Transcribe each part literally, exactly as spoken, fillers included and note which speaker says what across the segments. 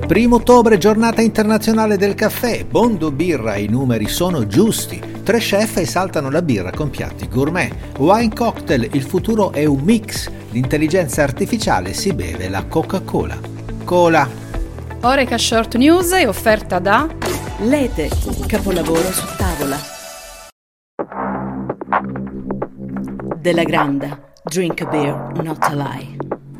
Speaker 1: Primo ottobre, giornata internazionale del caffè. Bondo Birra, i numeri sono giusti. Tre chef esaltano la birra con piatti gourmet. Wine Cocktail, il futuro è un mix. L'intelligenza artificiale si beve la Coca-Cola. Cola.
Speaker 2: Oreca Short News è offerta da
Speaker 3: Lete, capolavoro su tavola. Della Granda, drink a beer, not a lie.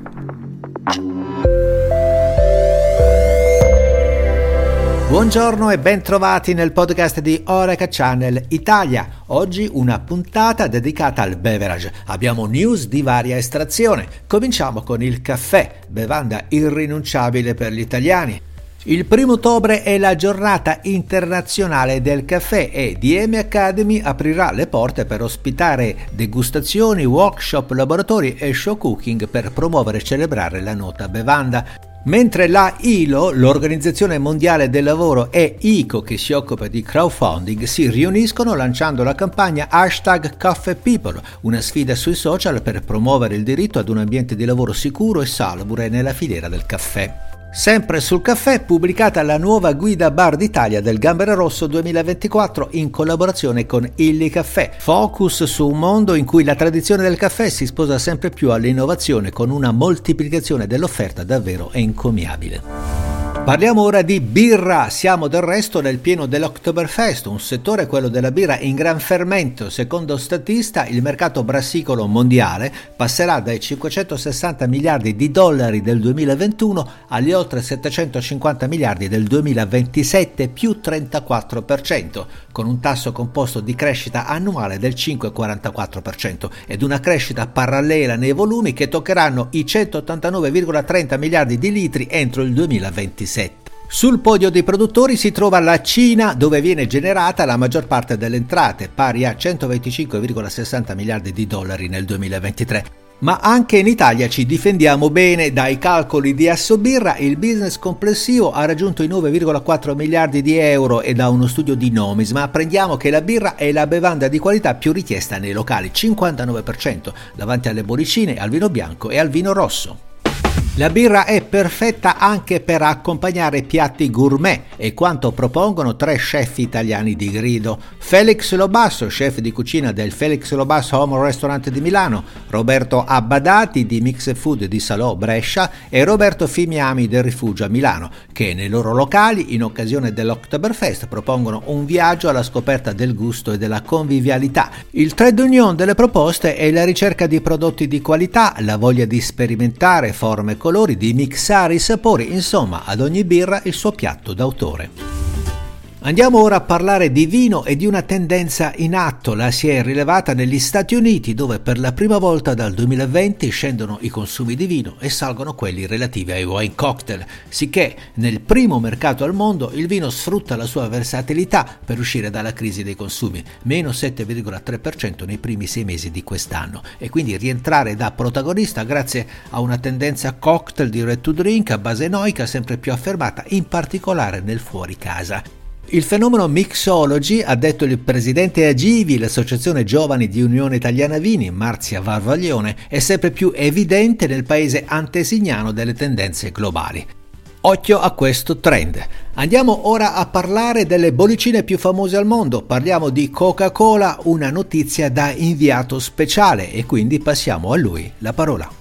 Speaker 1: Buongiorno e ben trovati nel podcast di Oreca Channel Italia. Oggi una puntata dedicata al beverage. Abbiamo news di varia estrazione. Cominciamo con il caffè, bevanda irrinunciabile per gli italiani. Il primo ottobre è la giornata internazionale del caffè e D M Academy aprirà le porte per ospitare degustazioni, workshop, laboratori e show cooking per promuovere e celebrare la nota bevanda. Mentre la I L O, l'Organizzazione Mondiale del Lavoro, e I C O, che si occupa di crowdfunding, si riuniscono lanciando la campagna hashtag Coffee People, una sfida sui social per promuovere il diritto ad un ambiente di lavoro sicuro e salubre nella filiera del caffè. Sempre sul caffè, pubblicata la nuova guida bar d'Italia del Gambero Rosso duemilaventiquattro in collaborazione con Illy Caffè. Focus su un mondo in cui la tradizione del caffè si sposa sempre più all'innovazione con una moltiplicazione dell'offerta davvero encomiabile. Parliamo ora di birra, siamo del resto nel pieno dell'Oktoberfest, un settore, quello della birra, in gran fermento. Secondo Statista, il mercato brassicolo mondiale passerà dai cinquecentosessanta miliardi di dollari del duemilaventuno agli oltre settecentocinquanta miliardi del duemilaventisette, più trentaquattro per cento, con un tasso composto di crescita annuale del cinque virgola quarantaquattro per cento ed una crescita parallela nei volumi che toccheranno i centottantanove virgola trenta miliardi di litri entro il duemilaventisette. Sul podio dei produttori si trova la Cina, dove viene generata la maggior parte delle entrate, pari a centoventicinque virgola sessanta miliardi di dollari nel duemilaventitré. Ma anche in Italia ci difendiamo bene. Dai calcoli di Assobirra, il business complessivo ha raggiunto i nove virgola quattro miliardi di euro e da uno studio di Nomisma apprendiamo che la birra è la bevanda di qualità più richiesta nei locali, cinquantanove per cento, davanti alle bollicine, al vino bianco e al vino rosso. La birra è perfetta anche per accompagnare piatti gourmet, e quanto propongono tre chef italiani di grido: Felix Lobasso, chef di cucina del Felix Lobasso Home Restaurant di Milano, Roberto Abbadati di Mix Food di Salò Brescia e Roberto Fimiami del Rifugio a Milano, che nei loro locali, in occasione dell'Oktoberfest, propongono un viaggio alla scoperta del gusto e della convivialità. Il trade union delle proposte è la ricerca di prodotti di qualità, la voglia di sperimentare forme, colori, di mixare i sapori, insomma, ad ogni birra il suo piatto d'autore. Andiamo ora a parlare di vino e di una tendenza in atto. La si è rilevata negli Stati Uniti, dove per la prima volta dal duemilaventi scendono i consumi di vino e salgono quelli relativi ai wine cocktail, sicché nel primo mercato al mondo il vino sfrutta la sua versatilità per uscire dalla crisi dei consumi, meno sette virgola tre per cento nei primi sei mesi di quest'anno, e quindi rientrare da protagonista grazie a una tendenza cocktail di ready to drink a base enoica sempre più affermata, in particolare nel fuori casa. Il fenomeno mixology, ha detto il presidente Agivi, l'associazione giovani di Unione Italiana Vini, Marzia Varvaglione, è sempre più evidente nel paese antesignano delle tendenze globali. Occhio a questo trend. Andiamo ora a parlare delle bollicine più famose al mondo. Parliamo di Coca-Cola, una notizia da inviato speciale, e quindi passiamo a lui la parola.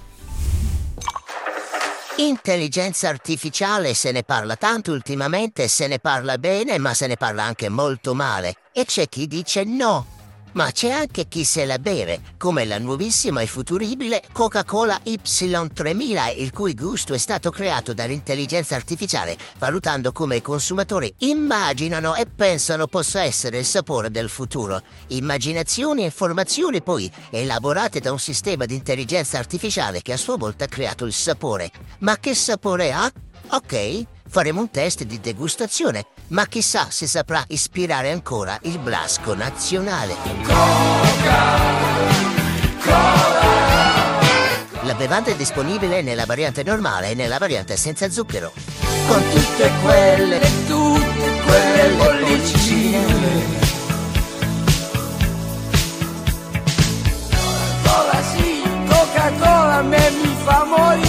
Speaker 4: Intelligenza artificiale, se ne parla tanto ultimamente, se ne parla bene, ma se ne parla anche molto male. E c'è chi dice no. Ma c'è anche chi se la beve, come la nuovissima e futuribile Coca-Cola Y tremila, il cui gusto è stato creato dall'intelligenza artificiale, valutando come i consumatori immaginano e pensano possa essere il sapore del futuro. Immaginazioni e informazioni poi elaborate da un sistema di intelligenza artificiale che a sua volta ha creato il sapore. Ma che sapore ha? Ok, faremo un test di degustazione, ma chissà se saprà ispirare ancora il blasco nazionale. Coca-Cola. La bevanda è disponibile nella variante normale e nella variante senza zucchero. Con tutte quelle, tutte quelle bollicine. Coca-Cola sì, Coca-Cola a me mi fa morire.